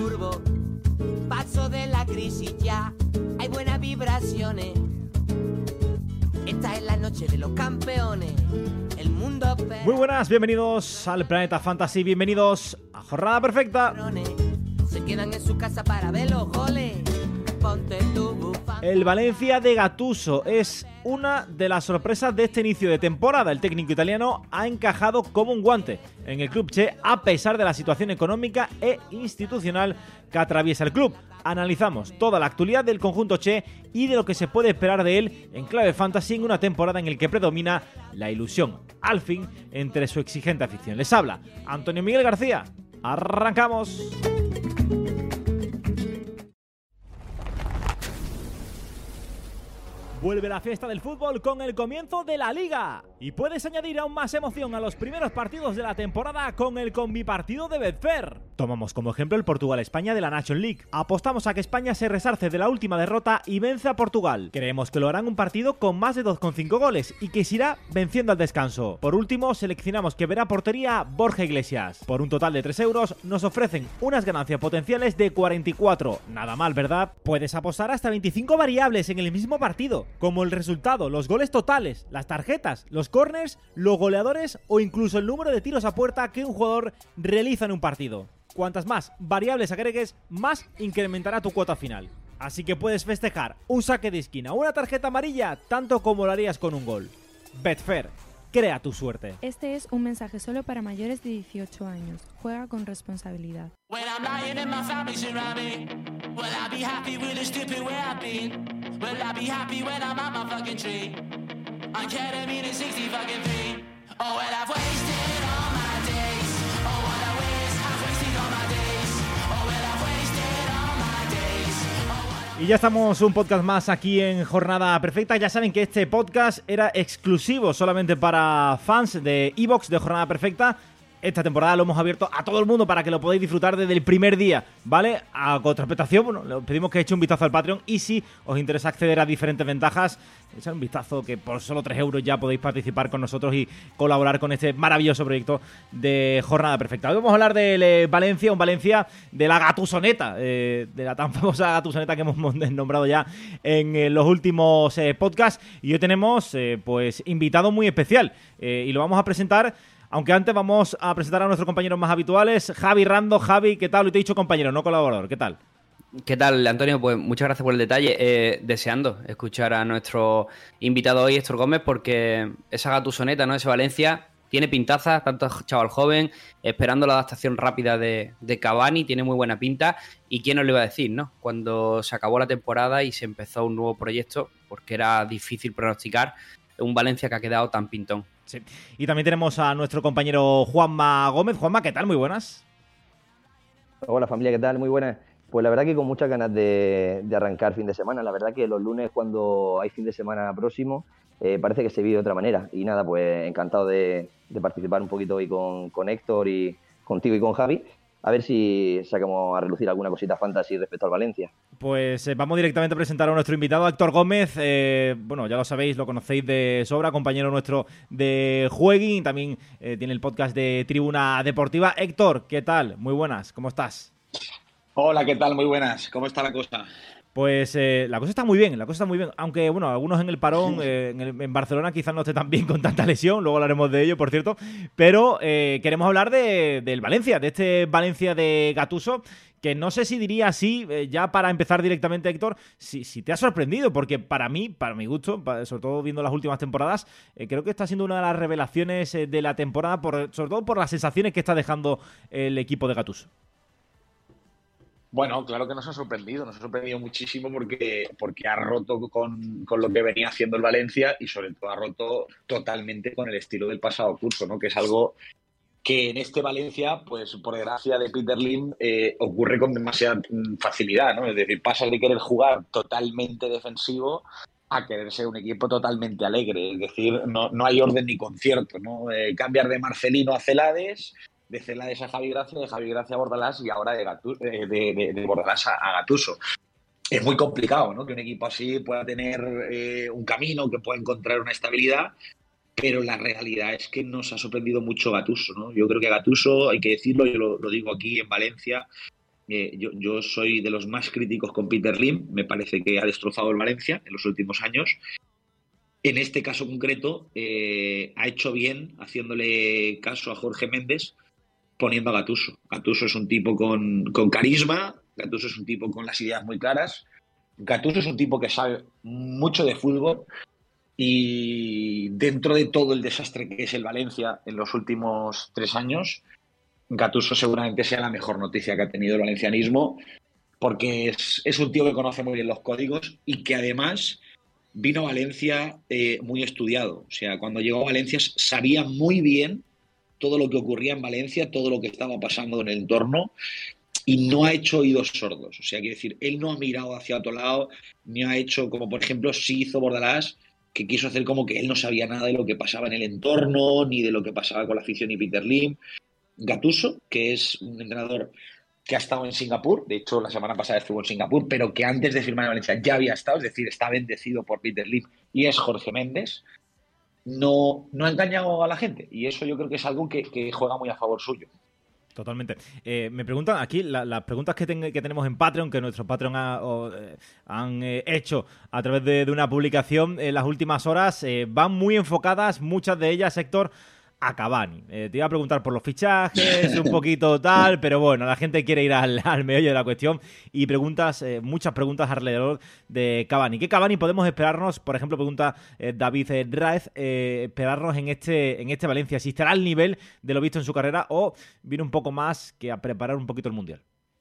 turbo. Paso de la crisis ya, hay buenas vibraciones. Esta es la noche de los campeones. El mundo espera. Muy buenas, bienvenidos al Planeta Fantasy, bienvenidos a Jornada Perfecta. Se quedan en su casa para ver los goles. Ponte tu bufanda. El Valencia de Gattuso es una de las sorpresas de este inicio de temporada. El técnico italiano ha encajado como un guante en el club Che a pesar de la situación económica e institucional que atraviesa el club. Analizamos toda la actualidad del conjunto Che y de lo que se puede esperar de él en clave fantasy en una temporada en la que predomina la ilusión, al fin, entre su exigente afición. Les habla Antonio Miguel García. ¡Arrancamos! Vuelve la fiesta del fútbol con el comienzo de la Liga. Y puedes añadir aún más emoción a los primeros partidos de la temporada con el combipartido de Betfair. Tomamos como ejemplo el Portugal-España de la Nations League. Apostamos a que España se resarce de la última derrota y vence a Portugal. Creemos que lo harán un partido con más de 2,5 goles y que se irá venciendo al descanso. Por último, seleccionamos que verá portería Borja Iglesias. Por un total de 3 euros nos ofrecen unas ganancias potenciales de 44. Nada mal, ¿verdad? Puedes apostar hasta 25 variables en el mismo partido, como el resultado, los goles totales, las tarjetas, los corners, los goleadores o incluso el número de tiros a puerta que un jugador realiza en un partido. Cuantas más variables agregues, más incrementará tu cuota final. Así que puedes festejar un saque de esquina o una tarjeta amarilla tanto como lo harías con un gol. Betfair, crea tu suerte. Este es un mensaje solo para mayores de 18 años. Juega con responsabilidad. Y ya estamos un podcast más aquí en Jornada Perfecta. Ya saben que este podcast era exclusivo solamente para fans de iVoox de Jornada Perfecta. Esta temporada lo hemos abierto a todo el mundo para que lo podáis disfrutar desde el primer día, ¿vale? A contraprestación, bueno, les pedimos que echéis un vistazo al Patreon y si os interesa acceder a diferentes ventajas, echad un vistazo que por solo 3 euros ya podéis participar con nosotros y colaborar con este maravilloso proyecto de Jornada Perfecta. Hoy vamos a hablar del Valencia, un Valencia de la Gattusoneta, de la tan famosa Gattusoneta que hemos nombrado ya en los últimos podcasts. Y hoy tenemos, pues, invitado muy especial y lo vamos a presentar. Aunque antes vamos a presentar a nuestros compañeros más habituales. Javi Rando. Javi, ¿qué tal? Hoy te he dicho compañero, no colaborador. ¿Qué tal? ¿Qué tal, Antonio? Pues muchas gracias por el detalle. Deseando escuchar a nuestro invitado hoy, Héctor Gómez, porque esa Gattusoneta, ¿no? Ese Valencia tiene pintaza, tanto chaval joven, esperando la adaptación rápida de Cavani, tiene muy buena pinta. ¿Y quién nos lo iba a decir, no? Cuando se acabó la temporada y se empezó un nuevo proyecto, porque era difícil pronosticar un Valencia que ha quedado tan pintón. Sí. Y también tenemos a nuestro compañero Juanma Gómez. Juanma, ¿qué tal? Muy buenas. Hola familia, ¿qué tal? Muy buenas. Pues la verdad que con muchas ganas de arrancar fin de semana. La verdad que los lunes cuando hay fin de semana próximo parece que se vive de otra manera. Y nada, pues encantado de participar un poquito hoy con Héctor y contigo y con Javi. A ver si sacamos a relucir alguna cosita fantasy respecto al Valencia. Pues vamos directamente a presentar a nuestro invitado, Héctor Gómez. Bueno, ya lo sabéis, lo conocéis de sobra, compañero nuestro de Jueguin. También tiene el podcast de Tribuna Deportiva. Héctor, ¿qué tal? Muy buenas, ¿cómo estás? Hola, ¿qué tal? Muy buenas. ¿Cómo está la cosa? Pues la cosa está muy bien, aunque bueno, algunos en el parón, en Barcelona quizás no esté tan bien con tanta lesión, luego hablaremos de ello, por cierto, pero queremos hablar del Valencia, de este Valencia de Gattuso, que no sé si diría así, ya para empezar directamente, Héctor, si te ha sorprendido, porque para mí, para mi gusto, sobre todo viendo las últimas temporadas, creo que está siendo una de las revelaciones de la temporada, sobre todo por las sensaciones que está dejando el equipo de Gattuso. Bueno, claro que nos ha sorprendido muchísimo porque ha roto con lo que venía haciendo el Valencia y sobre todo ha roto totalmente con el estilo del pasado curso, ¿no? Que es algo que en este Valencia, pues por desgracia de Peter Lim, ocurre con demasiada facilidad, ¿no? Es decir, pasa de querer jugar totalmente defensivo a querer ser un equipo totalmente alegre, es decir, no hay orden ni concierto, ¿no? Cambiar de Marcelino a Celades, de Celades a Javi Gracia, de Javi Gracia a Bordalás y ahora de Bordalás a Gattuso. Es muy complicado, ¿no? Que un equipo así pueda tener un camino, que pueda encontrar una estabilidad, pero la realidad es que nos ha sorprendido mucho Gattuso, ¿no? Yo creo que Gattuso, hay que decirlo, yo lo digo aquí en Valencia, Yo soy de los más críticos con Peter Lim, me parece que ha destrozado el Valencia en los últimos años. En este caso concreto, ha hecho bien haciéndole caso a Jorge Méndez, poniendo a Gattuso. Gattuso es un tipo con carisma, Gattuso es un tipo con las ideas muy claras, Gattuso es un tipo que sabe mucho de fútbol, y dentro de todo el desastre que es el Valencia en los últimos 3 años, Gattuso seguramente sea la mejor noticia que ha tenido el valencianismo, porque es un tío que conoce muy bien los códigos y que además vino a Valencia muy estudiado. O sea, cuando llegó a Valencia sabía muy bien todo lo que ocurría en Valencia, todo lo que estaba pasando en el entorno, y no ha hecho oídos sordos. O sea, quiero decir, él no ha mirado hacia otro lado, ni ha hecho como, por ejemplo, sí hizo Bordalás, que quiso hacer como que él no sabía nada de lo que pasaba en el entorno, ni de lo que pasaba con la afición y Peter Lim. Gattuso, que es un entrenador que ha estado en Singapur, de hecho la semana pasada estuvo en Singapur, pero que antes de firmar en Valencia ya había estado, es decir, está bendecido por Peter Lim y es Jorge Méndez, no ha engañado a la gente, y eso yo creo que es algo que juega muy a favor suyo. Totalmente. Me preguntan aquí, las preguntas que tenemos en Patreon, que nuestros Patreon han hecho a través de una publicación en las últimas horas, van muy enfocadas, muchas de ellas, Héctor, a Cavani. Te iba a preguntar por los fichajes, un poquito tal, pero bueno, la gente quiere ir al meollo de la cuestión y muchas preguntas alrededor de Cavani. ¿Qué Cavani podemos esperarnos? Por ejemplo, pregunta David Raez, esperarnos en este Valencia, si estará al nivel de lo visto en su carrera o viene un poco más que a preparar un poquito el Mundial.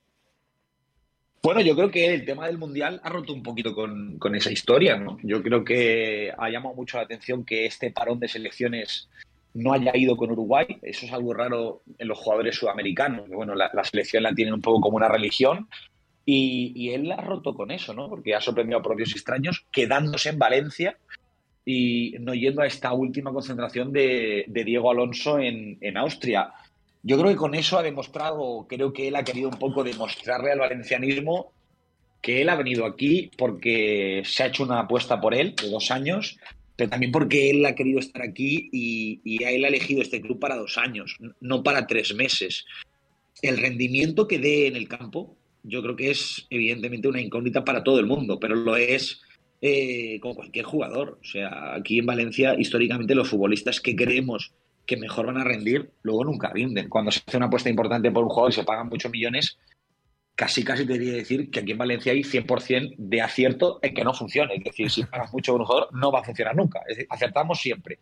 Bueno, yo creo que el tema del Mundial ha roto un poquito con esa historia, ¿no? Yo creo que ha llamado mucho la atención que este parón de selecciones no haya ido con Uruguay. Eso es algo raro en los jugadores sudamericanos. Bueno, la selección la tienen un poco como una religión, y él la ha roto con eso, ¿no? Porque ha sorprendido a propios y extraños, quedándose en Valencia y no yendo a esta última concentración de Diego Alonso en Austria. Yo creo que con eso ha demostrado, creo que él ha querido un poco demostrarle al valencianismo que él ha venido aquí porque se ha hecho una apuesta por él de 2 años, pero también porque él ha querido estar aquí y él ha elegido este club para 2 años, no para 3 meses. El rendimiento que dé en el campo, yo creo que es evidentemente una incógnita para todo el mundo, pero lo es con cualquier jugador. O sea, aquí en Valencia, históricamente, los futbolistas que creemos que mejor van a rendir, luego nunca rinden. Cuando se hace una apuesta importante por un jugador y se pagan muchos millones, casi te debería decir que aquí en Valencia hay 100% de acierto en que no funcione. Es decir, si pagas mucho por un jugador, no va a funcionar nunca. Es decir, acertamos siempre.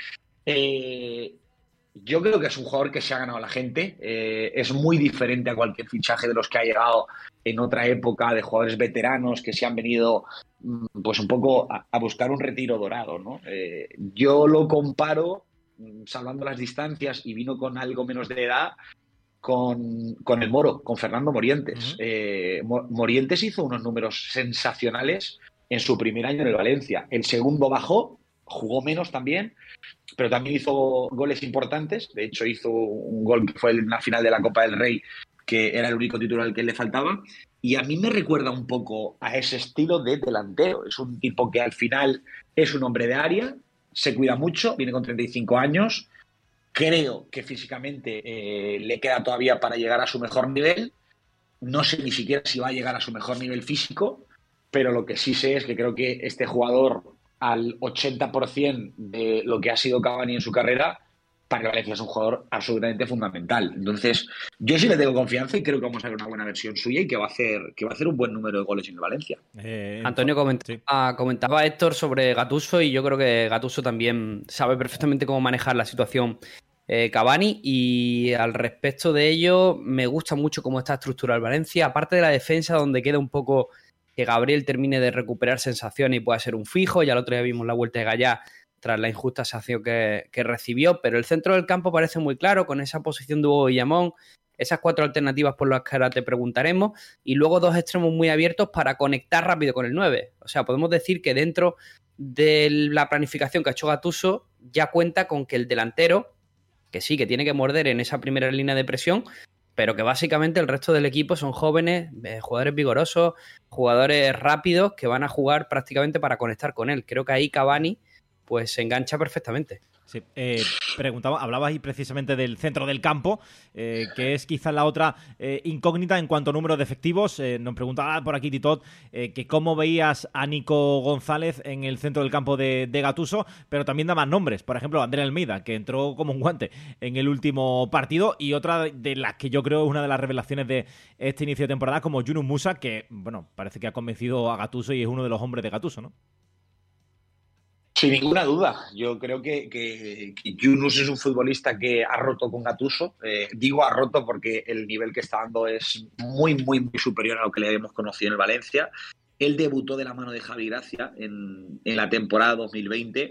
Yo creo que es un jugador que se ha ganado a la gente. Es muy diferente a cualquier fichaje de los que ha llegado en otra época, de jugadores veteranos que se han venido pues un poco a buscar un retiro dorado, ¿no? Yo lo comparo, salvando las distancias, y vino con algo menos de edad, con el Moro, con Fernando Morientes. Morientes hizo unos números sensacionales en su primer año en el Valencia. El segundo bajó, jugó menos también, pero también hizo goles importantes. De hecho, hizo un gol que fue en la final de la Copa del Rey, que era el único título al que le faltaba. Y a mí me recuerda un poco a ese estilo de delantero. Es un tipo que al final es un hombre de área, se cuida mucho, viene con 35 años. Creo que físicamente le queda todavía para llegar a su mejor nivel. No sé ni siquiera si va a llegar a su mejor nivel físico, pero lo que sí sé es que creo que este jugador, al 80% de lo que ha sido Cavani en su carrera, para el Valencia es un jugador absolutamente fundamental. Entonces, yo sí le tengo confianza y creo que vamos a ver una buena versión suya y que va a hacer un buen número de goles en el Valencia. Antonio, comentaba Héctor sobre Gattuso, y yo creo que Gattuso también sabe perfectamente cómo manejar la situación Cavani, y al respecto de ello me gusta mucho cómo está estructurado el Valencia, aparte de la defensa, donde queda un poco que Gabriel termine de recuperar sensaciones y pueda ser un fijo. Ya el otro día vimos la vuelta de Gallá tras la injusta sanción que recibió, pero el centro del campo parece muy claro, con esa posición de Hugo Guillamón, esas 4 alternativas por las que ahora te preguntaremos, y luego 2 extremos muy abiertos para conectar rápido con el 9. O sea, podemos decir que dentro de la planificación que ha hecho Gattuso ya cuenta con que el delantero, que sí, que tiene que morder en esa primera línea de presión, pero que básicamente el resto del equipo son jóvenes, jugadores vigorosos, jugadores rápidos que van a jugar prácticamente para conectar con él. Creo que ahí Cavani pues se engancha perfectamente. Sí, hablabas ahí precisamente del centro del campo, que es quizás la otra incógnita en cuanto a número de efectivos. Nos preguntaba por aquí Titot que cómo veías a Nico González en el centro del campo de Gattuso, pero también da más nombres. Por ejemplo, André Almeida, que entró como un guante en el último partido, y otra de las que yo creo es una de las revelaciones de este inicio de temporada, como Yunus Musa, que bueno, parece que ha convencido a Gattuso y es uno de los hombres de Gattuso, ¿no? Sin ninguna duda. Yo creo que Yunus es un futbolista que ha roto con Gattuso. Digo ha roto porque el nivel que está dando es muy, muy, muy superior a lo que le habíamos conocido en el Valencia. Él debutó de la mano de Javi Gracia en la temporada 2020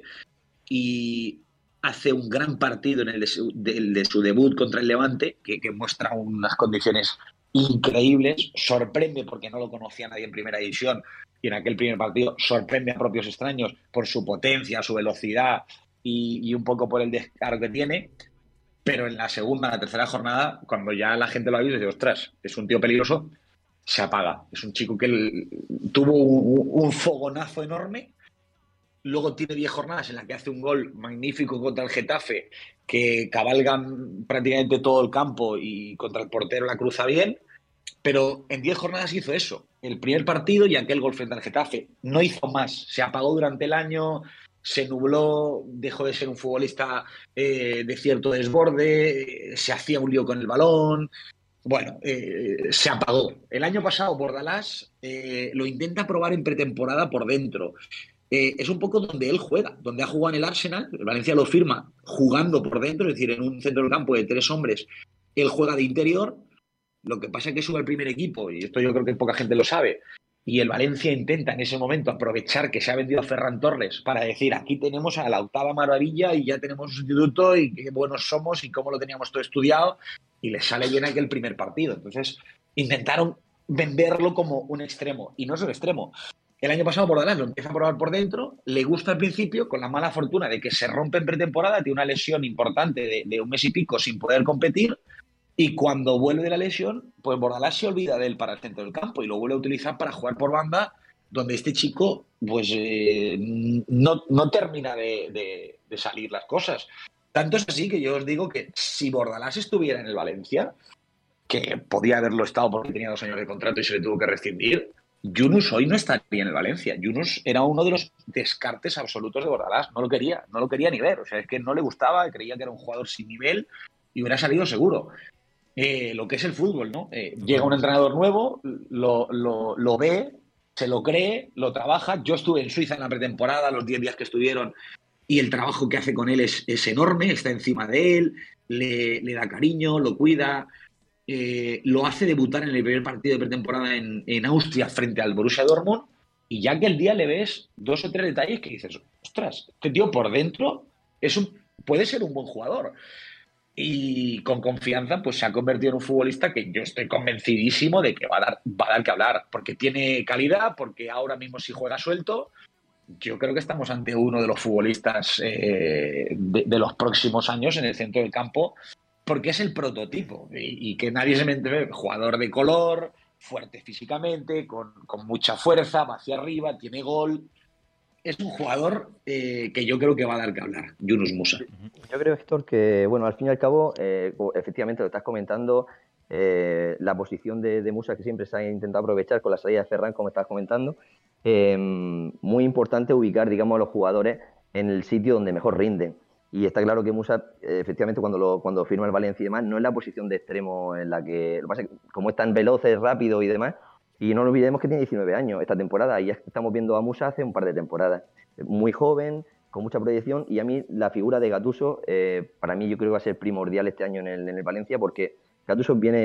y hace un gran partido en el de su debut contra el Levante, que muestra unas condiciones increíbles. Sorprende porque no lo conocía nadie en primera división. Y en aquel primer partido sorprende a propios extraños por su potencia, su velocidad y un poco por el descaro que tiene. Pero en la segunda, la tercera jornada, cuando ya la gente lo ha visto, dice, ostras, es un tío peligroso, se apaga. Es un chico que tuvo un fogonazo enorme. Luego tiene 10 jornadas en las que hace un gol magnífico contra el Getafe, que cabalgan prácticamente todo el campo y contra el portero la cruza bien. Pero en 10 jornadas hizo eso. El primer partido y aquel gol frente al Getafe. No hizo más. Se apagó durante el año, se nubló, dejó de ser un futbolista de cierto desborde, se hacía un lío con el balón. Bueno, se apagó. El año pasado Bordalás lo intenta probar en pretemporada por dentro. Es un poco donde él juega, donde ha jugado en el Arsenal. El Valencia lo firma jugando por dentro, es decir, en un centro del campo de 3 hombres. Él juega de interior. Lo que pasa es que sube al primer equipo, y esto yo creo que poca gente lo sabe, y el Valencia intenta en ese momento aprovechar que se ha vendido a Ferran Torres para decir, aquí tenemos a la octava maravilla y ya tenemos un sustituto y qué buenos somos y cómo lo teníamos todo estudiado, y les sale bien aquel primer partido. Entonces intentaron venderlo como un extremo, y no es un extremo. El año pasado Bordalás lo empieza a probar por dentro, le gusta al principio, con la mala fortuna de que se rompe en pretemporada, tiene una lesión importante de un mes y pico sin poder competir. Y cuando vuelve de la lesión, pues Bordalás se olvida de él para el centro del campo y lo vuelve a utilizar para jugar por banda, donde este chico pues no termina de salir las cosas. Tanto es así que yo os digo que si Bordalás estuviera en el Valencia, que podía haberlo estado porque tenía 2 años de contrato y se le tuvo que rescindir, Yunus hoy no estaría en el Valencia. Yunus era uno de los descartes absolutos de Bordalás. No lo quería ni ver. O sea, es que no le gustaba, creía que era un jugador sin nivel y hubiera salido seguro. Lo que es el fútbol, ¿no? Llega un entrenador nuevo, lo ve, se lo cree, lo trabaja. Yo estuve en Suiza en la pretemporada, los 10 días que estuvieron, y el trabajo que hace con él es enorme, está encima de él, le da cariño, lo cuida, lo hace debutar en el primer partido de pretemporada en Austria frente al Borussia Dortmund, y ya que el día le ves 2 o 3 detalles que dices, ostras, este tío por dentro puede ser un buen jugador. Y con confianza pues se ha convertido en un futbolista que yo estoy convencidísimo de que va a dar que hablar, porque tiene calidad, porque ahora mismo si juega suelto, yo creo que estamos ante uno de los futbolistas de los próximos años en el centro del campo, porque es el prototipo y que nadie se me entiende, jugador de color, fuerte físicamente, con mucha fuerza, va hacia arriba, tiene gol. Es un jugador que yo creo que va a dar que hablar, Yunus Musa. Yo creo, Héctor, que, bueno, al fin y al cabo, efectivamente lo estás comentando, la posición de Musa que siempre se ha intentado aprovechar con la salida de Ferran, como estás comentando, muy importante ubicar, digamos, a los jugadores en el sitio donde mejor rinden. Y está claro que Musa, efectivamente, cuando firma el Valencia y demás, no es la posición de extremo en la que, lo que pasa es que como es tan veloz, es rápido y demás. Y no olvidemos que tiene 19 años esta temporada y ya estamos viendo a Musa hace un par de temporadas. Muy joven, con mucha proyección, y a mí la figura de Gattuso, para mí yo creo que va a ser primordial este año en el Valencia, porque Gattuso viene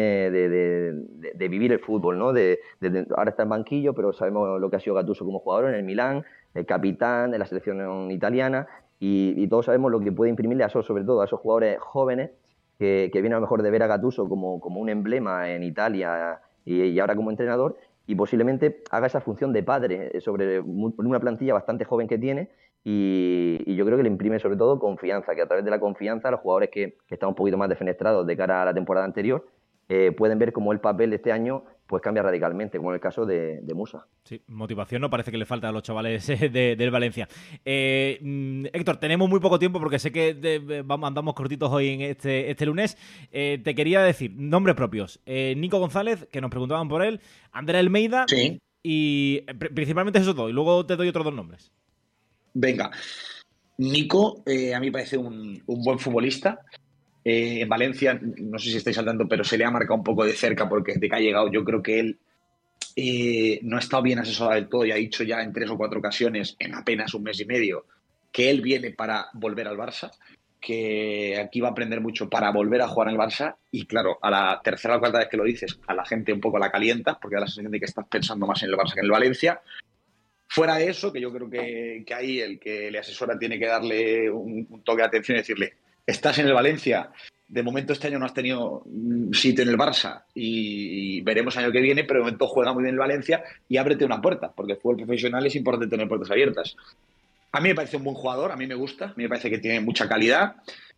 de vivir el fútbol, ¿no? Ahora está en banquillo, pero sabemos lo que ha sido Gattuso como jugador en el Milán, el capitán de la selección italiana, y todos sabemos lo que puede imprimirle sobre todo a esos jugadores jóvenes que vienen a lo mejor de ver a Gattuso como un emblema en Italia y ahora como entrenador, y posiblemente haga esa función de padre sobre una plantilla bastante joven que tiene, y yo creo que le imprime sobre todo confianza, que a través de la confianza los jugadores que están un poquito más defenestrados de cara a la temporada anterior pueden ver como el papel de este año pues cambia radicalmente, como en el caso de Musa. Sí, motivación no parece que le falta a los chavales del Valencia. Héctor, tenemos muy poco tiempo porque sé que andamos cortitos hoy en este lunes. Te quería decir, nombres propios. Nico González, que nos preguntaban por él, André Almeida, Sí. Y principalmente esos dos, y luego te doy otros dos nombres. Venga, Nico, a mí me parece un buen futbolista. En Valencia, no sé si estáis al tanto, pero se le ha marcado un poco de cerca porque desde que ha llegado yo creo que él no ha estado bien asesorado del todo y ha dicho ya en 3 o 4 ocasiones, en apenas un mes y medio, que él viene para volver al Barça, que aquí va a aprender mucho para volver a jugar en el Barça y claro, a la tercera o cuarta vez que lo dices, a la gente un poco la calientas porque da la sensación de que estás pensando más en el Barça que en el Valencia. Fuera de eso, que yo creo que ahí el que le asesora tiene que darle un toque de atención y decirle: estás en el Valencia, de momento este año no has tenido sitio en el Barça y veremos el año que viene, pero de momento juega muy bien el Valencia y ábrete una puerta, porque el fútbol profesional es importante tener puertas abiertas. A mí me parece un buen jugador, a mí me gusta, a mí me parece que tiene mucha calidad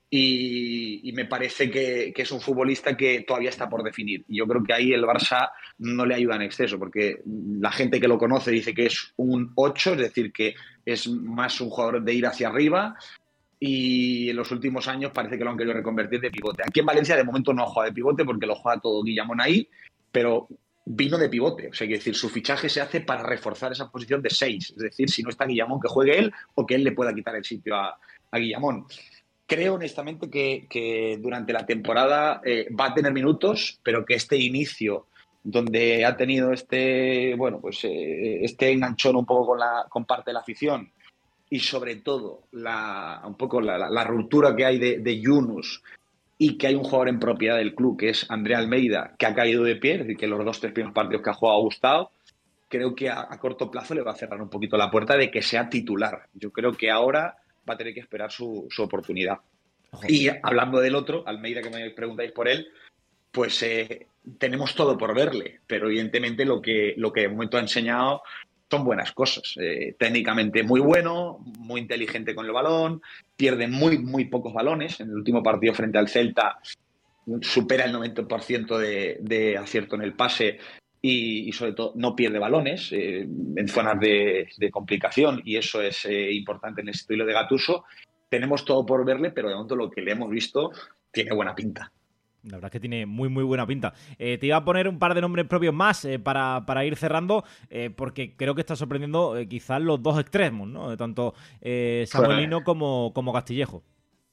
y me parece que es un futbolista que todavía está por definir. Y yo creo que ahí el Barça no le ayuda en exceso, porque la gente que lo conoce dice que es un 8, es decir, que es más un jugador de ir hacia arriba, y en los últimos años parece que lo han querido reconvertir de pivote. Aquí en Valencia de momento no juega de pivote porque lo juega todo Guillamón ahí, pero vino de pivote. O sea, que decir, su fichaje se hace para reforzar esa posición de 6. Es decir, si no está Guillamón, que juegue él o que él le pueda quitar el sitio a Guillamón. Creo honestamente que durante la temporada va a tener minutos, pero que este inicio donde ha tenido este enganchón un poco con parte de la afición y sobre todo un poco la ruptura que hay de Yunus y que hay un jugador en propiedad del club que es André Almeida, que ha caído de pie, es decir, que los 2-3 primeros partidos que ha jugado ha gustado, creo que a corto plazo le va a cerrar un poquito la puerta de que sea titular. Yo creo que ahora va a tener que esperar su oportunidad. Ojo. Y hablando del otro, Almeida, que me preguntáis por él, pues tenemos todo por verle, pero evidentemente lo que de momento ha enseñado son buenas cosas. Técnicamente muy bueno, muy inteligente con el balón, pierde muy, muy pocos balones. En el último partido frente al Celta supera el 90% de acierto en el pase y sobre todo no pierde balones en zonas de complicación, y eso es importante en el estilo de Gattuso. Tenemos todo por verle, pero de momento lo que le hemos visto tiene buena pinta. La verdad es que tiene muy, muy buena pinta. Te iba a poner un par de nombres propios más para ir cerrando, porque creo que está sorprendiendo quizás los dos extremos, ¿no? Tanto Samuel Lino como Castillejo.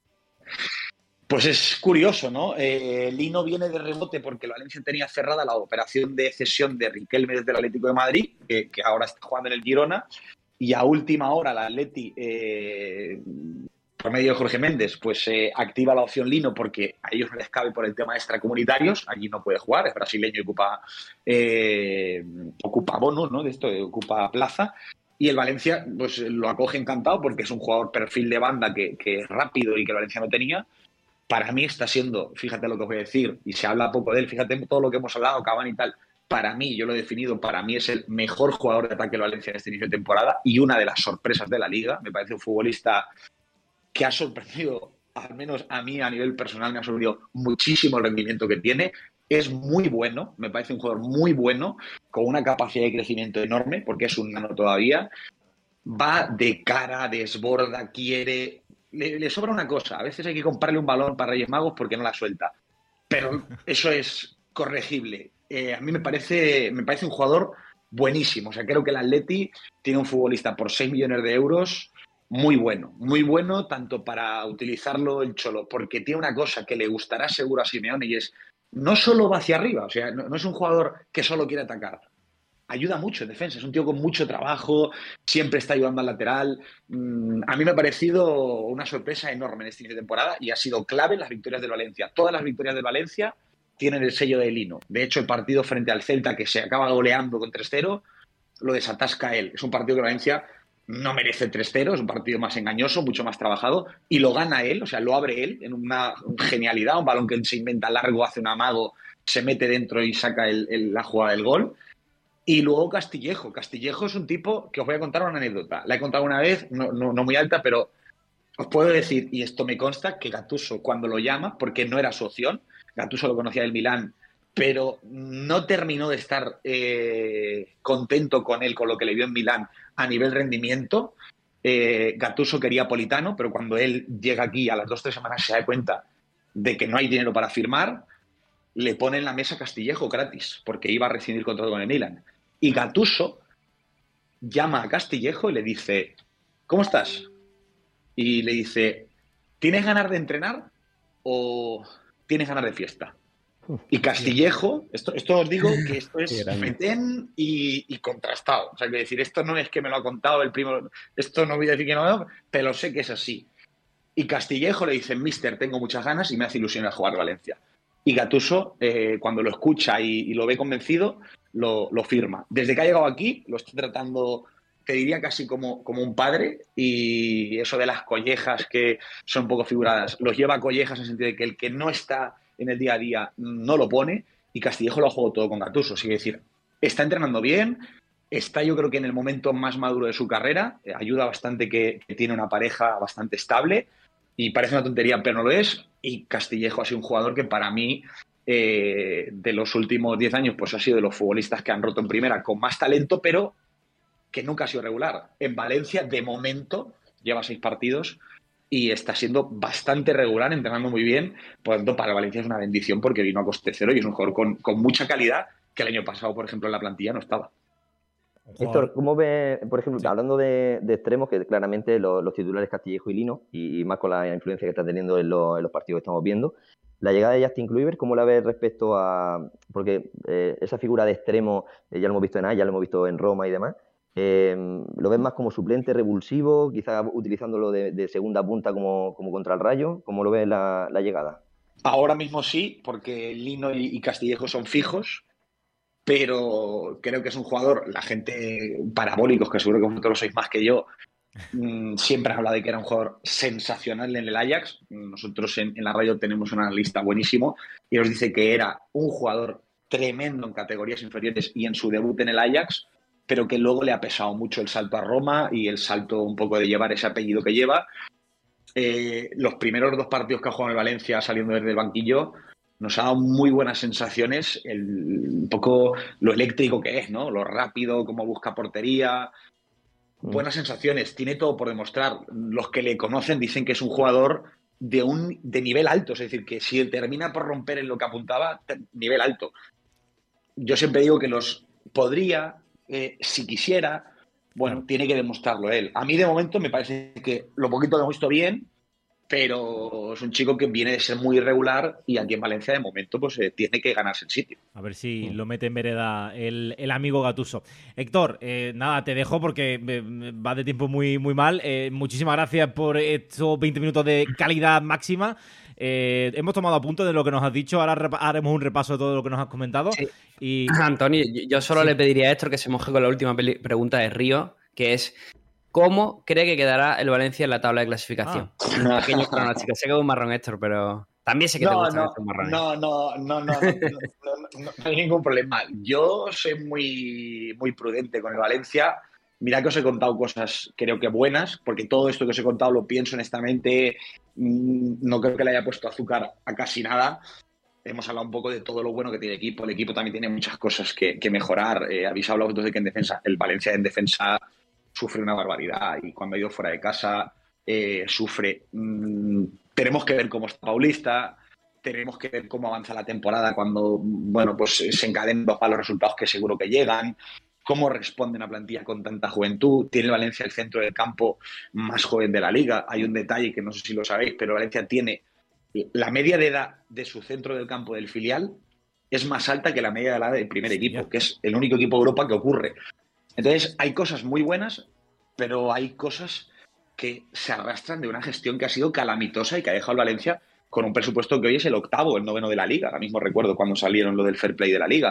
Pues es curioso, ¿no? Lino viene de rebote porque el Valencia tenía cerrada la operación de cesión de Riquelme desde el Atlético de Madrid, que ahora está jugando en el Girona, y a última hora el Atleti, por medio de Jorge Méndez, pues activa la opción Lino porque a ellos no les cabe por el tema de extracomunitarios. Allí no puede jugar, es brasileño y ocupa bonos, ¿no? De esto, ocupa plaza. Y el Valencia pues lo acoge encantado porque es un jugador perfil de banda que es rápido y que el Valencia no tenía. Para mí está siendo, fíjate lo que os voy a decir, y se habla poco de él, fíjate todo lo que hemos hablado, Cavani y tal. Para mí, yo lo he definido, para mí es el mejor jugador de ataque del Valencia en este inicio de temporada y una de las sorpresas de la Liga. Me parece un futbolista que ha sorprendido, al menos a mí a nivel personal me ha sorprendido muchísimo el rendimiento que tiene. Es muy bueno, me parece un jugador muy bueno, con una capacidad de crecimiento enorme, porque es un nano todavía. Va de cara, desborda, quiere... Le sobra una cosa, a veces hay que comprarle un balón para Reyes Magos porque no la suelta, pero eso es corregible. A mí me parece un jugador buenísimo. O sea, creo que el Atleti tiene un futbolista por 6 millones de euros muy bueno tanto para utilizarlo el Cholo, porque tiene una cosa que le gustará seguro a Simeone y es, no solo va hacia arriba, o sea, no es un jugador que solo quiere atacar, ayuda mucho en defensa, es un tío con mucho trabajo, siempre está ayudando al lateral. A mí me ha parecido una sorpresa enorme en este inicio de temporada y ha sido clave en las victorias del Valencia. Todas las victorias del Valencia tienen el sello de Lino. De hecho, el partido frente al Celta, que se acaba goleando con 3-0, lo desatasca él. Es un partido que Valencia no merece 3-0, es un partido más engañoso, mucho más trabajado, y lo gana él, o sea, lo abre él en una genialidad, un balón que se inventa largo, hace un amago, se mete dentro y saca la jugada del gol. Y luego Castillejo. Castillejo es un tipo que os voy a contar una anécdota. La he contado una vez, no muy alta, pero os puedo decir, y esto me consta, que Gattuso cuando lo llama, porque no era su opción, Gattuso lo conocía del Milán, pero no terminó de estar contento con él, con lo que le vio en Milán a nivel rendimiento. Gattuso quería a Politano, pero cuando él llega aquí a las 2 o 3 semanas se da cuenta de que no hay dinero para firmar, le pone en la mesa Castillejo gratis, porque iba a rescindir contrato con el Milan. Y Gattuso llama a Castillejo y le dice: ¿cómo estás? Y le dice: ¿tienes ganas de entrenar o tienes ganas de fiesta? Y Castillejo, esto os digo que esto es fetén y contrastado. O sea, que decir, esto no es que me lo ha contado el primo, esto no voy a decir que no, pero sé que es así. Y Castillejo le dice: mister, tengo muchas ganas y me hace ilusión a jugar Valencia. Y Gattuso, cuando lo escucha y lo ve convencido, lo firma. Desde que ha llegado aquí, lo está tratando, te diría, casi como un padre, y eso de las collejas que son un poco figuradas, los lleva a collejas en el sentido de que el que no está en el día a día no lo pone, y Castillejo lo ha jugado todo con Gattuso. Es decir, está entrenando bien, está yo creo que en el momento más maduro de su carrera, ayuda bastante que tiene una pareja bastante estable, y parece una tontería, pero no lo es, y Castillejo ha sido un jugador que para mí, de los últimos 10 años, pues ha sido de los futbolistas que han roto en primera con más talento, pero que nunca ha sido regular. En Valencia, de momento, lleva 6 partidos y está siendo bastante regular, entrenando muy bien. Por lo tanto, para Valencia es una bendición porque vino a coste cero y es un jugador con mucha calidad que el año pasado, por ejemplo, en la plantilla no estaba. Héctor, ¿cómo ves, por ejemplo, hablando de extremos, que claramente los titulares Castillejo y Lino, y más con la influencia que está teniendo en los partidos que estamos viendo, la llegada de Justin Kluivert, ¿cómo la ves respecto a...? Porque esa figura de extremo ya lo hemos visto en A, ya lo hemos visto en Roma y demás. ¿Lo ves más como suplente, revulsivo, quizás utilizándolo de segunda punta como contra el Rayo? ¿Cómo lo ves la llegada? Ahora mismo sí, porque Lino y Castillejo son fijos, pero creo que es un jugador, la gente parabólicos, que seguro que vosotros lo sois más que yo, siempre han hablado de que era un jugador sensacional en el Ajax. Nosotros en la radio tenemos un analista buenísimo y nos dice que era un jugador tremendo en categorías inferiores y en su debut en el Ajax, pero que luego le ha pesado mucho el salto a Roma y el salto un poco de llevar ese apellido que lleva. Los primeros 2 partidos que ha jugado en el Valencia saliendo desde el banquillo nos ha dado muy buenas sensaciones, un poco lo eléctrico que es, ¿no? Lo rápido, cómo busca portería. Buenas sensaciones, tiene todo por demostrar. Los que le conocen dicen que es un jugador de nivel alto, es decir, que si termina por romper en lo que apuntaba, nivel alto. Yo siempre digo que podría, si quisiera, bueno, tiene que demostrarlo él. A mí de momento me parece que lo poquito que hemos visto bien, pero es un chico que viene de ser muy irregular y aquí en Valencia de momento pues tiene que ganarse el sitio. A ver si lo mete en vereda el amigo Gattuso. Héctor, nada, te dejo porque va de tiempo muy, muy mal. Muchísimas gracias por estos 20 minutos de calidad máxima. Hemos tomado apunte de lo que nos has dicho. Ahora haremos un repaso de todo lo que nos has comentado. Sí. Y... Antonio, yo solo le pediría a Héctor que se moje con la última pregunta de Río, que es: ¿cómo cree que quedará el Valencia en la tabla de clasificación? Un pequeño pronóstico. Sé que es un marrón, Héctor, pero también sé que te gustan estos marrones. No hay ningún problema. Yo soy muy, muy prudente con el Valencia. Mira que os he contado cosas creo que buenas, porque todo esto que os he contado lo pienso honestamente. No creo que le haya puesto azúcar a casi nada. Hemos hablado un poco de todo lo bueno que tiene el equipo. El equipo también tiene muchas cosas que mejorar. Habéis hablado vosotros de que en defensa, el Valencia en defensa sufre una barbaridad y cuando ha ido fuera de casa sufre. Tenemos que ver cómo está Paulista, tenemos que ver cómo avanza la temporada cuando, bueno, pues se encadenan los resultados que seguro que llegan, cómo responde una plantilla con tanta juventud. Tiene Valencia el centro del campo más joven de la liga. Hay un detalle que no sé si lo sabéis, pero Valencia tiene la media de edad de su centro del campo del filial es más alta que la media de edad del primer equipo, que es el único equipo de Europa que ocurre. Entonces, hay cosas muy buenas, pero hay cosas que se arrastran de una gestión que ha sido calamitosa y que ha dejado al Valencia con un presupuesto que hoy es el 8º, el 9º de la Liga. Ahora mismo recuerdo cuando salieron lo del fair play de la Liga.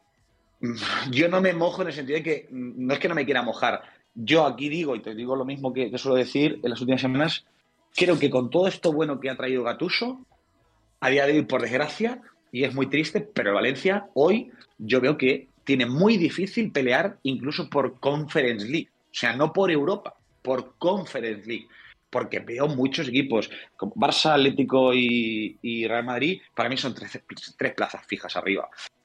Yo no me mojo en el sentido de que no es que no me quiera mojar. Yo aquí digo, y te digo lo mismo que suelo decir en las últimas semanas, creo que con todo esto bueno que ha traído Gattuso, a día de hoy, por desgracia, y es muy triste, pero el Valencia hoy yo veo que tiene muy difícil pelear incluso por Conference League. O sea, no por Europa, por Conference League. Porque veo muchos equipos como Barça, Atlético y Real Madrid, para mí son tres plazas fijas arriba.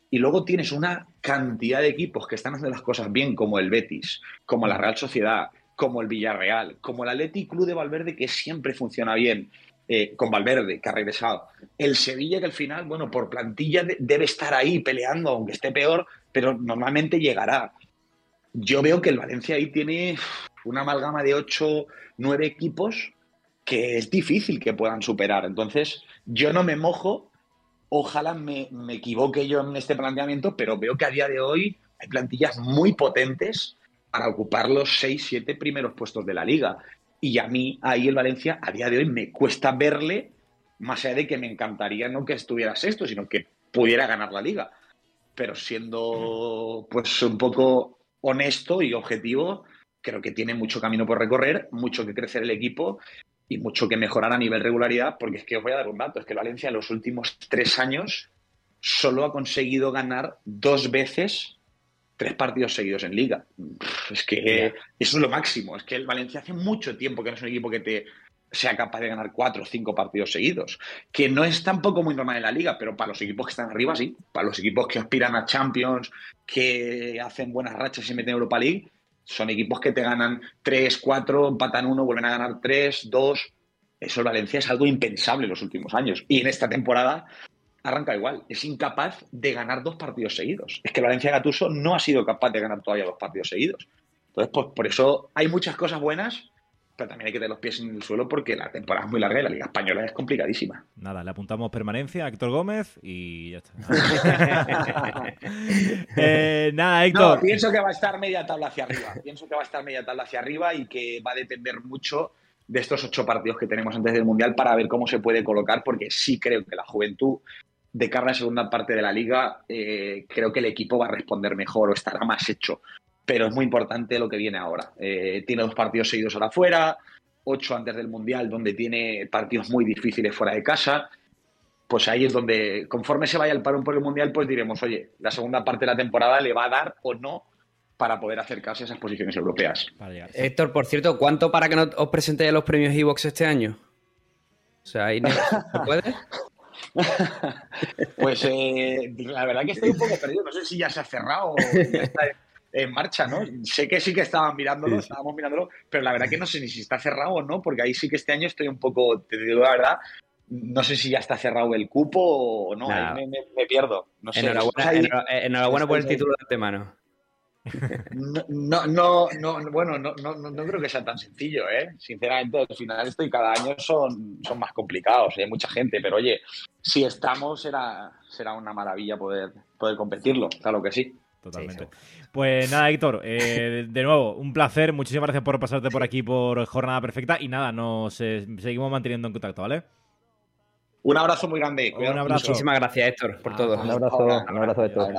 y luego tienes una cantidad de equipos que están haciendo las cosas bien, como el Betis, como la Real Sociedad, como el Villarreal, como el Athletic Club de Valverde, que siempre funciona bien, con Valverde, que ha regresado. El Sevilla, que al final, bueno, por plantilla debe estar ahí peleando, aunque esté peor, pero normalmente llegará. Yo veo que el Valencia ahí tiene una amalgama de 8, 9 equipos que es difícil que puedan superar. Entonces, yo no me mojo, ojalá me equivoque yo en este planteamiento, pero veo que a día de hoy hay plantillas muy potentes para ocupar los 6, 7 primeros puestos de la Liga. Y a mí, ahí el Valencia, a día de hoy, me cuesta verle, más allá de que me encantaría no que estuviera sexto, sino que pudiera ganar la Liga. Pero siendo, pues, un poco honesto y objetivo, creo que tiene mucho camino por recorrer, mucho que crecer el equipo y mucho que mejorar a nivel regularidad, porque es que os voy a dar un dato, es que el Valencia en los últimos 3 años solo ha conseguido ganar 2 veces 3 partidos seguidos en Liga. Es que eso es lo máximo. Es que el Valencia hace mucho tiempo que no es un equipo que te sea capaz de ganar 4 o 5 partidos seguidos. Que no es tampoco muy normal en la Liga, pero para los equipos que están arriba sí. Para los equipos que aspiran a Champions, que hacen buenas rachas y se meten en Europa League, son equipos que te ganan 3, 4, empatan 1, vuelven a ganar 3, 2. Eso el Valencia es algo impensable en los últimos años. Y en esta temporada arranca igual, es incapaz de ganar 2 partidos seguidos. Es que el Valencia Gattuso no ha sido capaz de ganar todavía 2 partidos seguidos. Entonces, pues por eso hay muchas cosas buenas, pero también hay que tener los pies en el suelo porque la temporada es muy larga y la Liga Española es complicadísima. Nada, le apuntamos permanencia a Héctor Gómez y ya está. Nada, Héctor. No, pienso que va a estar media tabla hacia arriba. Y que va a depender mucho de estos 8 partidos que tenemos antes del Mundial para ver cómo se puede colocar, porque sí creo que la juventud de cara a la segunda parte de la Liga, creo que el equipo va a responder mejor o estará más hecho. Pero es muy importante lo que viene ahora. Tiene 2 partidos seguidos ahora fuera, 8 antes del Mundial, donde tiene partidos muy difíciles fuera de casa. Pues ahí es donde, conforme se vaya el parón por el Mundial, pues diremos, oye, la segunda parte de la temporada le va a dar o no para poder acercarse a esas posiciones europeas. Héctor, por cierto, ¿cuánto para que no os presentéis a los premios Evox este año? O sea, ¿ahí no se puede? Pues la verdad que estoy un poco perdido. No sé si ya se ha cerrado o ya está en marcha, ¿no? Sé que sí que estábamos mirándolo, pero la verdad que no sé ni si está cerrado o no, porque ahí sí que este año estoy un poco, te digo la verdad, no sé si ya está cerrado el cupo o no, ahí me pierdo. No sé. Enhorabuena por el título de antemano. No creo que sea tan sencillo, ¿eh? Sinceramente, al final esto y cada año son más complicados, hay mucha gente, pero oye, si estamos será una maravilla poder competirlo, claro que sí. Totalmente. Sí. Pues nada, Héctor, de nuevo, un placer, muchísimas gracias por pasarte por aquí por Jornada Perfecta y nada, nos seguimos manteniendo en contacto, ¿vale? Un abrazo muy grande. Un abrazo. Muchísimas gracias, Héctor, por todo. Un abrazo, Héctor.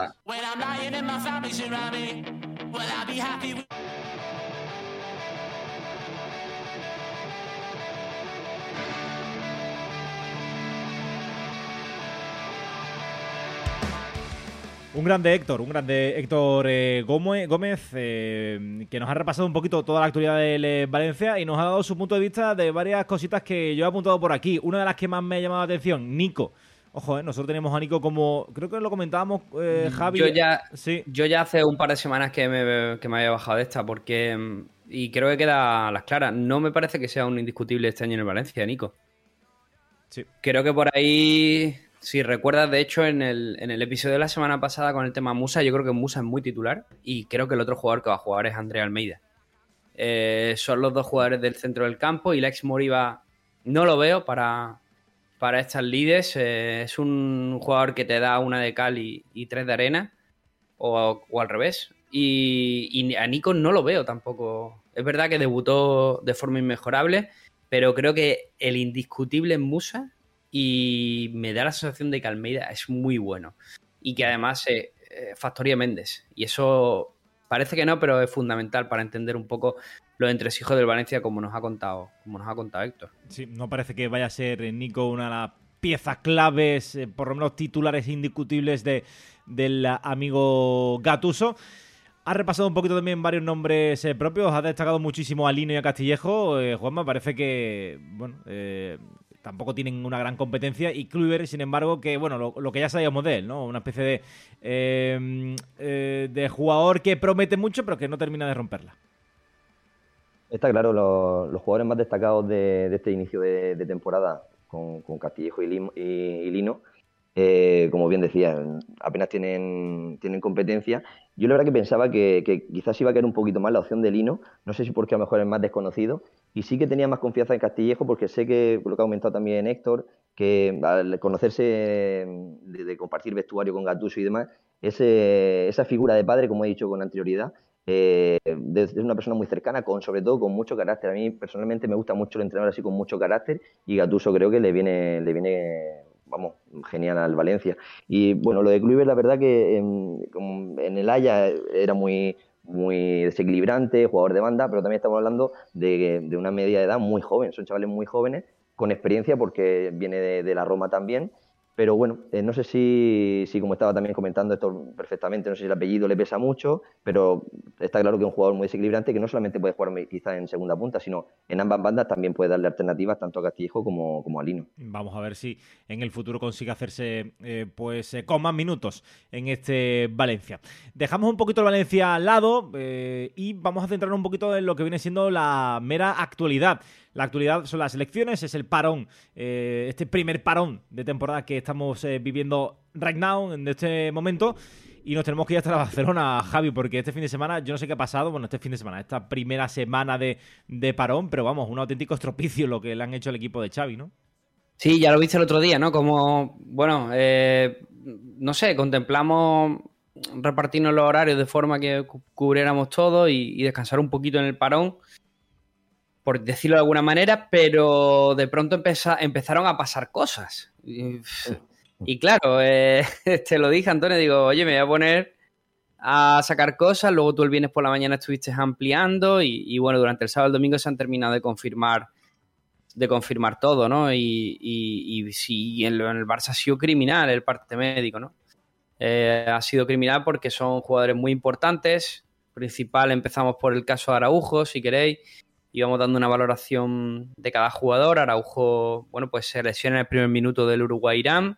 Un grande Héctor Gómez, que nos ha repasado un poquito toda la actualidad del Valencia y nos ha dado su punto de vista de varias cositas que yo he apuntado por aquí. Una de las que más me ha llamado la atención, Nico. Ojo, nosotros tenemos a Nico como... Creo que lo comentábamos, Javi. Yo ya hace un par de semanas que me había bajado de esta porque... Y creo que queda a las claras. No me parece que sea un indiscutible este año en el Valencia, Nico. Sí. Creo que por ahí... Si recuerdas, de hecho, en el episodio de la semana pasada con el tema Musa, yo creo que Musa es muy titular y creo que el otro jugador que va a jugar es André Almeida. Son los 2 jugadores del centro del campo y Lex Moriba no lo veo para estas lides. Es un jugador que te da 1 de cal y 3 de arena o al revés. Y a Nico no lo veo tampoco. Es verdad que debutó de forma inmejorable, pero creo que el indiscutible es Musa. Y me da la sensación de que Almeida es muy bueno. Y que además factoría Méndez. Y eso parece que no, pero es fundamental para entender un poco los entresijos del Valencia como nos ha contado Héctor. Sí, no parece que vaya a ser Nico una de las piezas claves, por lo menos titulares indiscutibles del amigo Gattuso. Ha repasado un poquito también varios nombres propios, ha destacado muchísimo a Lino y a Castillejo. Juanma, parece que, bueno... tampoco tienen una gran competencia, y Kluivert, sin embargo, que bueno, lo que ya sabíamos de él, ¿no? Una especie de jugador que promete mucho, pero que no termina de romperla. Está claro, los jugadores más destacados de este inicio de temporada con Castillejo y Lino, como bien decía, apenas tienen competencia. Yo la verdad que pensaba que quizás iba a caer un poquito más la opción de Lino, no sé si porque a lo mejor es más desconocido, y sí que tenía más confianza en Castillejo, porque sé que, lo que ha comentado también Héctor, que al conocerse, de compartir vestuario con Gattuso y demás, esa figura de padre, como he dicho con anterioridad, es una persona muy cercana, sobre todo con mucho carácter. A mí personalmente me gusta mucho el entrenador así con mucho carácter, y Gattuso creo que le viene vamos, genial al Valencia. Y bueno, lo de Kluivert, la verdad que en el Ajax era muy desequilibrante, jugador de banda, pero también estamos hablando de una media de edad muy joven, son chavales muy jóvenes, con experiencia porque viene de la Roma también. Pero bueno, no sé si como estaba también comentando esto perfectamente, no sé si el apellido le pesa mucho, pero está claro que es un jugador muy desequilibrante, que no solamente puede jugar quizás en segunda punta, sino en ambas bandas también puede darle alternativas tanto a Castillejo como a Lino. Vamos a ver si en el futuro consigue hacerse con más minutos en este Valencia. Dejamos un poquito el Valencia al lado y vamos a centrarnos un poquito en lo que viene siendo la mera actualidad. La actualidad son las elecciones, es el parón, este primer parón de temporada que estamos viviendo right now, en este momento, y nos tenemos que ir hasta Barcelona, Javi, porque este fin de semana, yo no sé qué ha pasado, bueno, esta primera semana de parón, pero vamos, un auténtico estropicio lo que le han hecho al equipo de Xavi, ¿no? Sí, ya lo viste el otro día, ¿no? Como, bueno, no sé, contemplamos repartirnos los horarios de forma que cubriéramos todo y descansar un poquito en el parón, por decirlo de alguna manera, pero de pronto empezaron a pasar cosas. Y claro, te lo dije, Antonio, digo, oye, me voy a poner a sacar cosas, luego tú el viernes por la mañana estuviste ampliando y bueno, durante el sábado y el domingo se han terminado de confirmar todo, ¿no? Y sí, en el Barça ha sido criminal el parte médico, ¿no? Ha sido criminal porque son jugadores muy importantes. Principal, empezamos por el caso de Araujo, si queréis. Íbamos dando una valoración de cada jugador. Araujo, bueno, pues se lesiona en el primer minuto del Uruguay-Irán.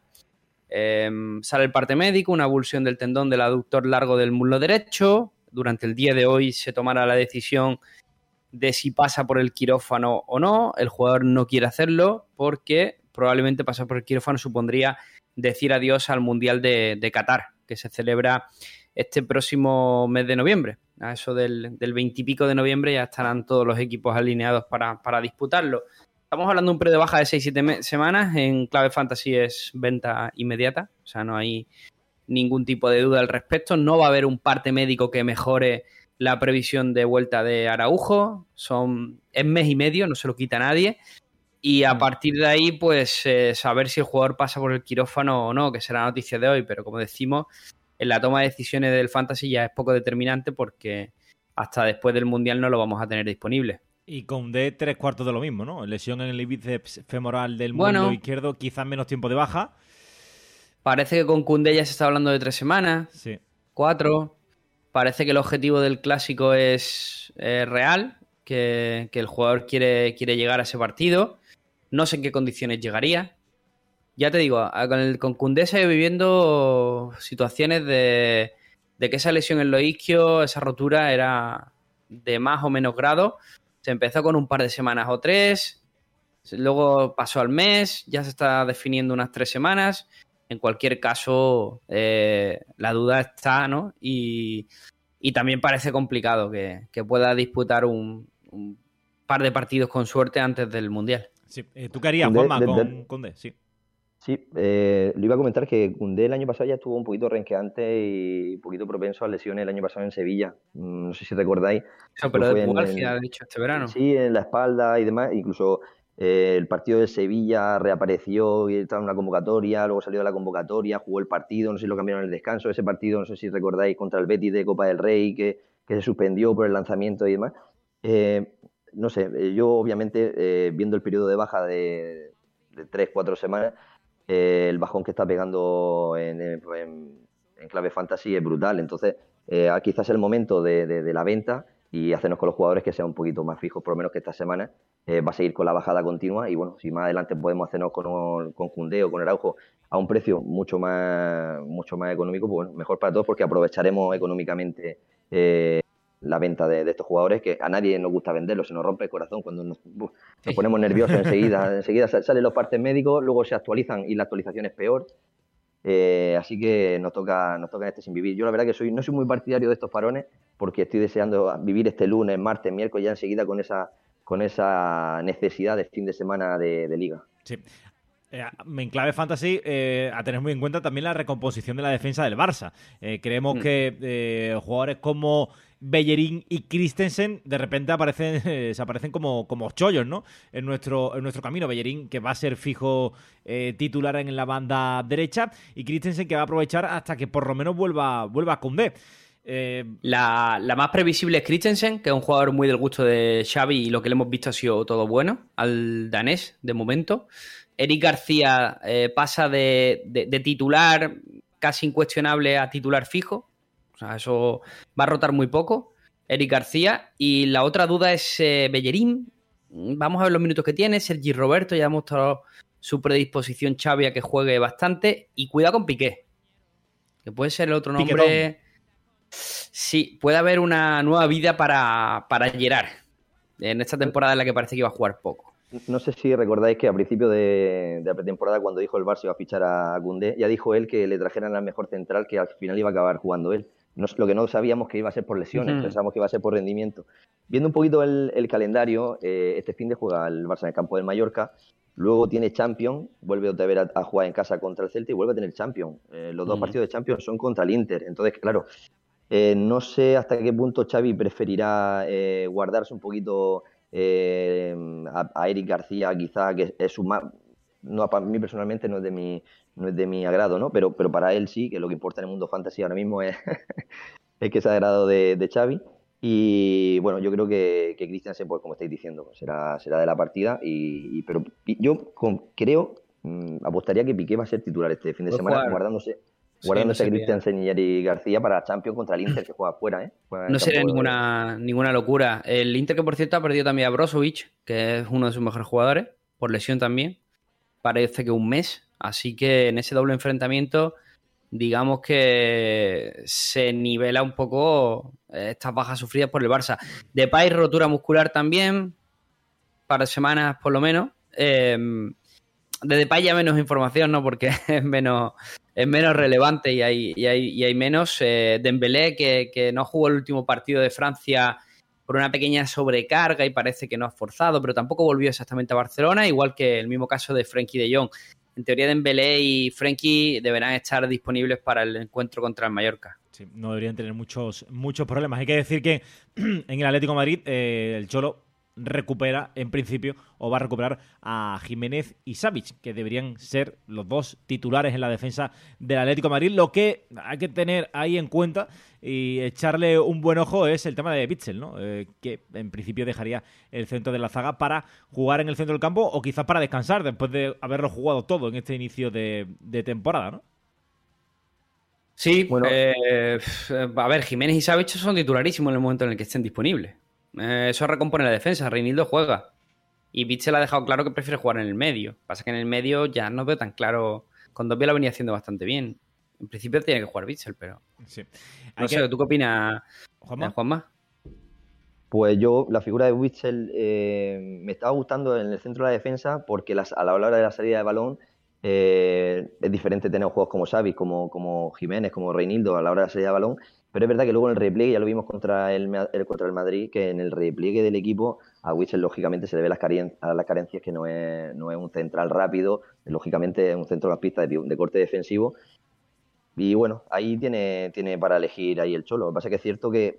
Sale el parte médico, una avulsión del tendón del aductor largo del muslo derecho. Durante el día de hoy se tomará la decisión de si pasa por el quirófano o no. El jugador no quiere hacerlo porque probablemente pasar por el quirófano supondría decir adiós al Mundial de Qatar, que se celebra este próximo mes de noviembre. A eso del 20 y pico de noviembre ya estarán todos los equipos alineados para disputarlo. Estamos hablando de un periodo de baja de 6-7 semanas. En clave fantasy es venta inmediata, o sea, no hay ningún tipo de duda al respecto. No va a haber un parte médico que mejore la previsión de vuelta de Araujo. Es mes y medio, no se lo quita nadie. Y a partir de ahí, pues saber si el jugador pasa por el quirófano o no, que será la noticia de hoy. Pero como decimos, en la toma de decisiones del fantasy ya es poco determinante porque hasta después del Mundial no lo vamos a tener disponible. Y Koundé 3/4 de lo mismo, ¿no? Lesión en el bíceps femoral del muslo izquierdo, quizás menos tiempo de baja. Parece que con Koundé ya se está hablando de 3 semanas, sí. 4. Parece que el objetivo del clásico es real, que el jugador quiere llegar a ese partido. No sé en qué condiciones llegaría. Ya te digo, con Koundé se viviendo situaciones de que esa lesión en los isquios, esa rotura era de más o menos grado. Se empezó con un par de semanas o 3, luego pasó al mes, ya se está definiendo unas 3 semanas. En cualquier caso, la duda está, ¿no? Y también parece complicado que pueda disputar un par de partidos con suerte antes del Mundial. Sí. ¿Tú qué harías, Juanma, con Koundé? Sí. Sí, le iba a comentar que Koundé el año pasado ya estuvo un poquito renqueante y un poquito propenso a lesiones el año pasado en Sevilla. No sé si recordáis. Eso, pero de Murcia, ha dicho, este verano. Sí, en la espalda y demás. Incluso el partido de Sevilla reapareció y estaba en una convocatoria, luego salió de la convocatoria, jugó el partido, no sé si lo cambiaron en el descanso. Ese partido, no sé si recordáis, contra el Betis de Copa del Rey, que se suspendió por el lanzamiento y demás. No sé, yo obviamente viendo el periodo de baja de 3-4 semanas, el bajón que está pegando en clave fantasy es brutal. Entonces, quizás el momento de la venta y hacernos con los jugadores que sean un poquito más fijos, por lo menos que esta semana va a seguir con la bajada continua y bueno, si más adelante podemos hacernos con Koundé o con Araujo a un precio mucho más económico, pues bueno, mejor para todos porque aprovecharemos económicamente la venta de estos jugadores, que a nadie nos gusta venderlos, se nos rompe el corazón cuando nos ponemos nerviosos enseguida salen los partes médicos, luego se actualizan y la actualización es peor. Así que nos toca en este sin vivir. Yo la verdad que no soy muy partidario de estos parones porque estoy deseando vivir este lunes, martes, miércoles ya enseguida con esa necesidad de fin de semana de liga. Sí. En clave fantasy, a tener muy en cuenta también la recomposición de la defensa del Barça. Creemos que jugadores como Bellerín y Christensen de repente se aparecen como chollos, ¿no? En nuestro camino. Bellerín, que va a ser fijo titular en la banda derecha, y Christensen, que va a aprovechar hasta que por lo menos vuelva a Koundé. La más previsible es Christensen, que es un jugador muy del gusto de Xavi y lo que le hemos visto ha sido todo bueno al danés de momento. Eric García pasa de titular casi incuestionable a titular fijo. O sea, eso va a rotar muy poco. Eric García. Y la otra duda es Bellerín. Vamos a ver los minutos que tiene. Sergi Roberto ya ha mostrado su predisposición Xavi a que juegue bastante. Y cuidado con Piqué, que puede ser el otro nombre. Piquetón. Sí, puede haber una nueva vida para Gerard en esta temporada en la que parece que iba a jugar poco. No sé si recordáis que a principio de la pretemporada, cuando dijo el Barça iba a fichar a Koundé, ya dijo él que le trajeran al mejor central, que al final iba a acabar jugando él. Lo que no sabíamos que iba a ser por lesiones, pensábamos que iba a ser por rendimiento. Viendo un poquito el calendario, este fin de juega el Barça en el campo del Mallorca, luego tiene Champions, vuelve otra vez a jugar en casa contra el Celta y vuelve a tener Champions. Los dos partidos de Champions son contra el Inter, entonces claro, no sé hasta qué punto Xavi preferirá guardarse un poquito a Eric García, quizá, que es no, para mí personalmente no es de mi agrado, ¿no? Pero para él sí, que lo que importa en el mundo fantasy ahora mismo es que sea de agrado de Xavi. Y bueno, yo creo que Christensen, pues como estáis diciendo, será de la partida. Pero yo creo, apostaría que Piqué va a ser titular este fin de semana, guardándose a Christensen y Eric García para Champions contra el Inter, que juega afuera, ¿eh? No sería ninguna locura. El Inter, que por cierto ha perdido también a Brozovic, que es uno de sus mejores jugadores, por lesión también. Parece que un mes. Así que en ese doble enfrentamiento, digamos que se nivela un poco estas bajas sufridas por el Barça. Depay, rotura muscular también, un par de semanas por lo menos. De Depay ya menos información, ¿no? Porque es menos relevante y hay menos. Dembélé, que no jugó el último partido de Francia por una pequeña sobrecarga y parece que no ha forzado, pero tampoco volvió exactamente a Barcelona, igual que el mismo caso de Frenkie de Jong. En teoría, Dembélé y Frenkie deberán estar disponibles para el encuentro contra el Mallorca. Sí, no deberían tener muchos problemas. Hay que decir que en el Atlético de Madrid el Cholo recupera, en principio, o va a recuperar a Jiménez y Savic, que deberían ser los dos titulares en la defensa del Atlético de Madrid. Lo que hay que tener ahí en cuenta y echarle un buen ojo es el tema de Witsel, ¿no? Que en principio dejaría el centro de la zaga para jugar en el centro del campo o quizás para descansar después de haberlo jugado todo en este inicio de temporada, ¿no? Sí, bueno. A ver, Jiménez y Savic son titularísimos en el momento en el que estén disponibles. Eso recompone la defensa. Reinildo juega y Witsel ha dejado claro que prefiere jugar en el medio. Pasa que en el medio ya no veo tan claro. Con Dombia lo venía haciendo bastante bien. En principio tiene que jugar Witsel, pero sí. No sé, ¿tú qué opinas, Juanma? Pues yo, la figura de Witsel me estaba gustando en el centro de la defensa porque a la hora de la salida de balón es diferente tener juegos como Savic, como Jiménez, como Reinildo a la hora de la salida de balón. Pero es verdad que luego en el repliegue, ya lo vimos contra el Madrid, que en el repliegue del equipo a Witsel lógicamente se le ve las carencias, que no es un central rápido, lógicamente es un centrocampista de corte defensivo. Y bueno, ahí tiene para elegir ahí el Cholo. Lo que pasa es que es cierto que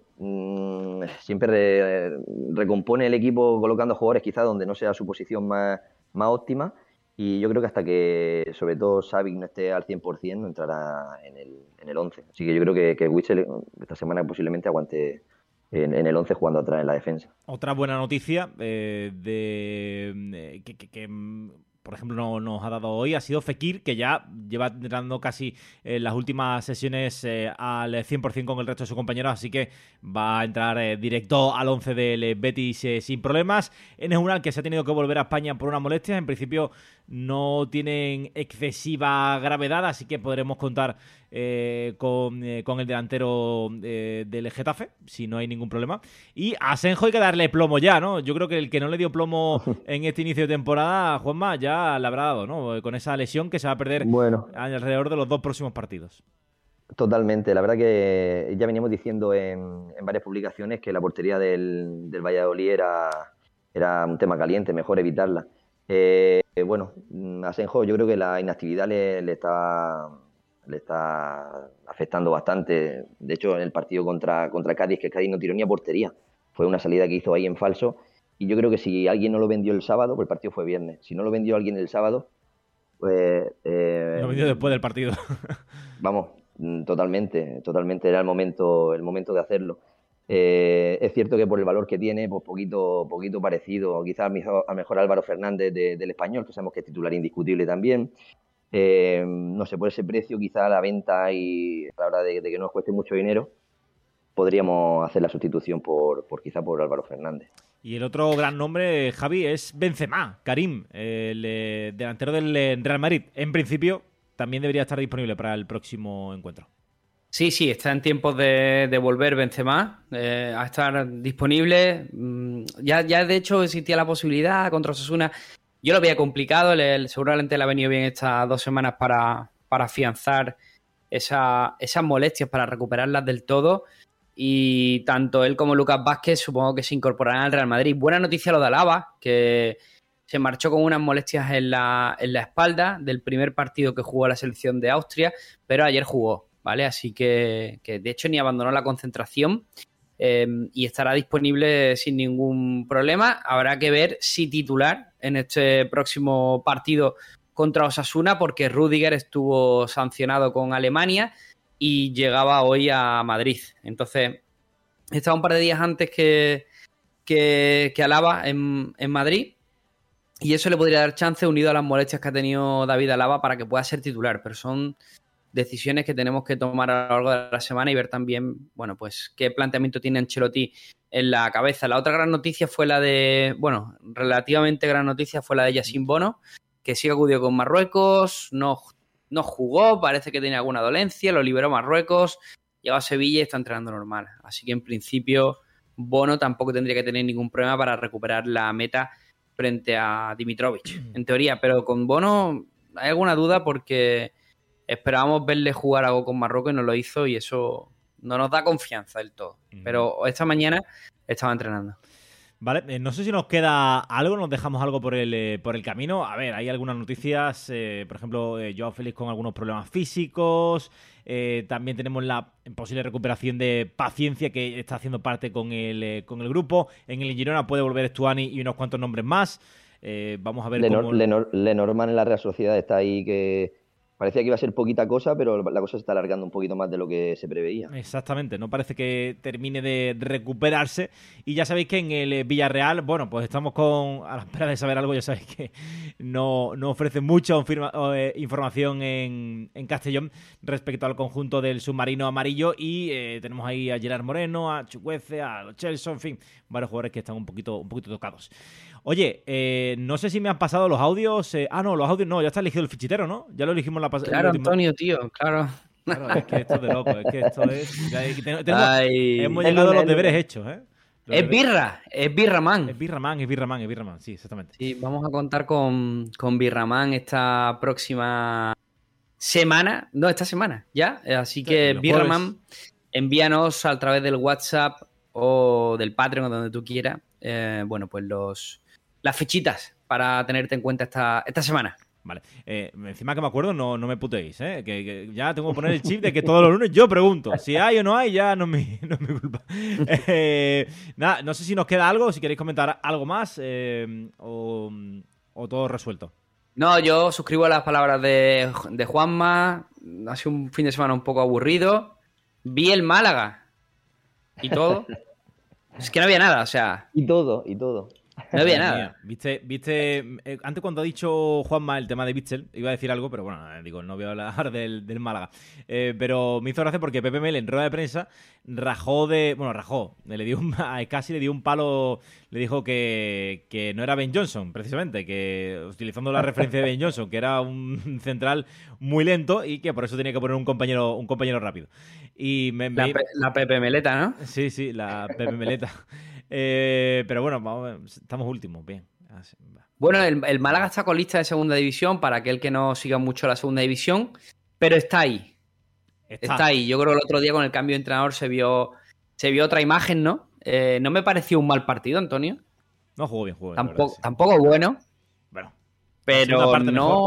siempre recompone el equipo colocando jugadores quizás donde no sea su posición más óptima. Y yo creo que hasta que, sobre todo, Savic no esté al 100%, no entrará en el 11. Así que yo creo que Witsel esta semana posiblemente aguante en el 11 jugando atrás en la defensa. Otra buena noticia por ejemplo, no nos ha dado hoy, ha sido Fekir, que ya lleva entrenando casi las últimas sesiones al 100% con el resto de sus compañeros, así que va a entrar directo al 11 del Betis sin problemas. Enes Unal, que se ha tenido que volver a España por una molestia, en principio no tienen excesiva gravedad, así que podremos contar con el delantero del Getafe, si no hay ningún problema. Y a Asenjo hay que darle plomo ya, ¿no? Yo creo que el que no le dio plomo en este inicio de temporada, Juanma, ya le habrá dado, ¿no? Con esa lesión que se va a perder alrededor de los 2 próximos partidos. Totalmente. La verdad que ya veníamos diciendo en varias publicaciones que la portería del Valladolid era un tema caliente, mejor evitarla. Bueno, a Asenjo yo creo que la inactividad le está afectando bastante. De hecho, en el partido contra Cádiz, que Cádiz no tiró ni a portería, fue una salida que hizo ahí en falso, y yo creo que si alguien no lo vendió el sábado, pues el partido fue viernes, si no lo vendió alguien el sábado, pues... lo vendió después del partido. Vamos, totalmente era el momento de hacerlo. Es cierto que por el valor que tiene, pues poquito parecido, quizás a mejor Álvaro Fernández del Español, que sabemos que es titular indiscutible también. No sé, por ese precio, quizá a la venta y a la hora de que no nos cueste mucho dinero, podríamos hacer la sustitución quizá por Álvaro Fernández. Y el otro gran nombre, Javi, es Benzema, Karim, el delantero del Real Madrid. En principio, también debería estar disponible para el próximo encuentro. Sí, está en tiempos de volver Benzema a estar disponible. Ya de hecho existía la posibilidad contra Osasuna. Yo lo veía complicado, seguramente le ha venido bien estas 2 semanas para afianzar esas molestias, para recuperarlas del todo. Y tanto él como Lucas Vázquez supongo que se incorporarán al Real Madrid. Buena noticia lo de Alaba, que se marchó con unas molestias en la espalda del primer partido que jugó la selección de Austria, pero ayer jugó, ¿vale? Así que de hecho ni abandonó la concentración y estará disponible sin ningún problema. Habrá que ver si titular en este próximo partido contra Osasuna, porque Rüdiger estuvo sancionado con Alemania y llegaba hoy a Madrid. Entonces, estaba un par de días antes que Alaba en Madrid, y eso le podría dar chance, unido a las molestias que ha tenido David Alaba, para que pueda ser titular. Pero son decisiones que tenemos que tomar a lo largo de la semana y ver también, bueno, pues qué planteamiento tiene Ancelotti en la cabeza. La otra gran noticia fue relativamente gran noticia fue la de Yassine Bono, que sí acudió con Marruecos, no jugó, parece que tenía alguna dolencia, lo liberó Marruecos, llegó a Sevilla y está entrenando normal. Así que en principio Bono tampoco tendría que tener ningún problema para recuperar la meta frente a Dimitrovic, en teoría. Pero con Bono hay alguna duda porque esperábamos verle jugar algo con Marruecos y no lo hizo, y eso no nos da confianza del todo. Pero esta mañana estaba entrenando. Vale, no sé si nos queda algo, nos dejamos algo por el camino. A ver, hay algunas noticias, por ejemplo, Joao Félix con algunos problemas físicos. También tenemos la posible recuperación de Paciencia, que está haciendo parte con el grupo. En el Girona puede volver Stuani y unos cuantos nombres más. Vamos a ver cómo... Lenormand en la Real Sociedad está ahí, que parecía que iba a ser poquita cosa, pero la cosa se está alargando un poquito más de lo que se preveía. Exactamente, no parece que termine de recuperarse. Y ya sabéis que en el Villarreal, bueno, pues estamos a la espera de saber algo. Ya sabéis que no ofrece mucha información en Castellón respecto al conjunto del submarino amarillo. Y tenemos ahí a Gerard Moreno, a Chukwueze, a Lo Celso, en fin, varios jugadores que están un poquito tocados. Oye, no sé si me han pasado los audios. Los audios no, ya está elegido el fichitero, ¿no? Ya lo elegimos la pasada. Claro, Antonio, tío, claro. Claro, es que esto es de loco, es que esto es... hemos llegado a los deberes hechos, ¿eh? Es Birraman, sí, exactamente. Sí, vamos a contar con Birraman esta próxima semana, esta semana, ¿ya? Así que Birraman, envíanos a través del WhatsApp o del Patreon, donde tú quieras, pues las fichitas para tenerte en cuenta esta semana. Vale, encima que me acuerdo, no me putéis, que ya tengo que poner el chip de que todos los lunes yo pregunto. Si hay o no hay, ya no es mi culpa. Nada, no sé si nos queda algo, si queréis comentar algo más o todo resuelto. No, yo suscribo a las palabras de Juanma. Ha sido un fin de semana un poco aburrido. Vi el Málaga y todo. Es que no había nada, o sea... Y todo. No había Madre nada. mía. ¿Viste antes cuando ha dicho Juanma el tema de Bitzel, iba a decir algo, pero bueno, digo, no voy a hablar del Málaga. Pero me hizo gracia porque Pepe Mel en rueda de prensa rajó, le dio casi le dio un palo, le dijo que no era Ben Johnson, precisamente, que utilizando la referencia de Ben Johnson, que era un central muy lento y que por eso tenía que poner un compañero rápido. Y La Pepe Meleta, ¿no? Sí, la Pepe Meleta. Pero bueno, estamos últimos, bien. Va. Bueno, el Málaga está colista de segunda división, para aquel que no siga mucho la segunda división, pero está ahí. Está ahí. Yo creo que el otro día con el cambio de entrenador se vio otra imagen, ¿no? No me pareció un mal partido, Antonio. No jugó bien. Tampoco bueno. Bueno, pero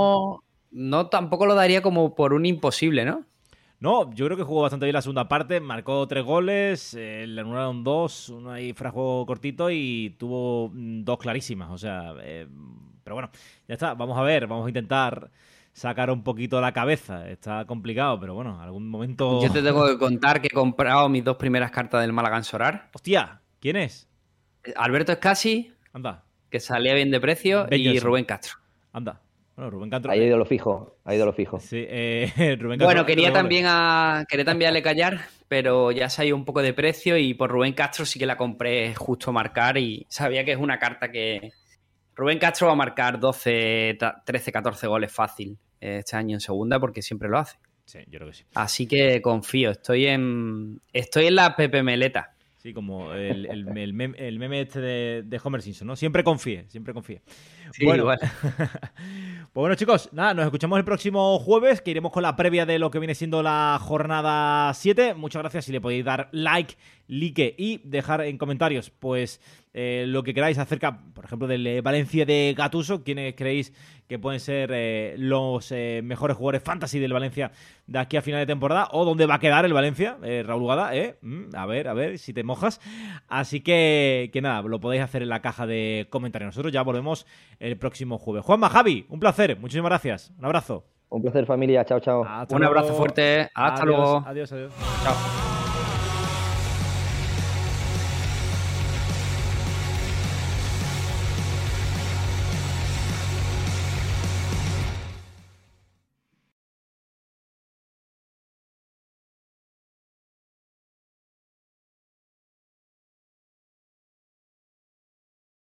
no tampoco lo daría como por un imposible, ¿no? No, yo creo que jugó bastante bien la segunda parte, marcó 3 goles, le anularon 2, uno ahí fuera de juego cortito y tuvo 2 clarísimas, o sea, pero bueno, ya está, vamos a intentar sacar un poquito la cabeza, está complicado, pero bueno, algún momento... Yo te tengo que contar que he comprado mis 2 primeras cartas del Málaga en Sorar. Hostia, ¿quién es? Alberto Escasi, Anda. Que salía bien de precio, y Johnson. Rubén Castro. Anda. Bueno, Rubén Castro. Ha ido lo fijo. Sí, Rubén Castro. Bueno, quería también a Callar, pero ya se ha ido un poco de precio y por Rubén Castro sí que la compré justo a marcar y sabía que es una carta que... Rubén Castro va a marcar 12, 13, 14 goles fácil este año en segunda porque siempre lo hace. Sí, yo creo que sí. Así que confío, estoy en la Pepe Meleta. Sí, como el meme este de Homer Simpson, ¿no? Siempre confíe. Sí, bueno, igual. Pues bueno, chicos, nada, nos escuchamos el próximo jueves, que iremos con la previa de lo que viene siendo la jornada 7. Muchas gracias, si le podéis dar like y dejar en comentarios, pues, lo que queráis acerca, por ejemplo, del Valencia de Gattuso, quienes creéis que pueden ser los mejores jugadores fantasy del Valencia de aquí a final de temporada, o dónde va a quedar el Valencia, Raúl Ugada, a ver si te mojas. Así que nada, lo podéis hacer en la caja de comentarios. Nosotros ya volvemos el próximo jueves. Juanma, Javi, un placer, muchísimas gracias, un abrazo. Un placer, familia, chao. Un abrazo fuerte, hasta luego. Adiós. Chao.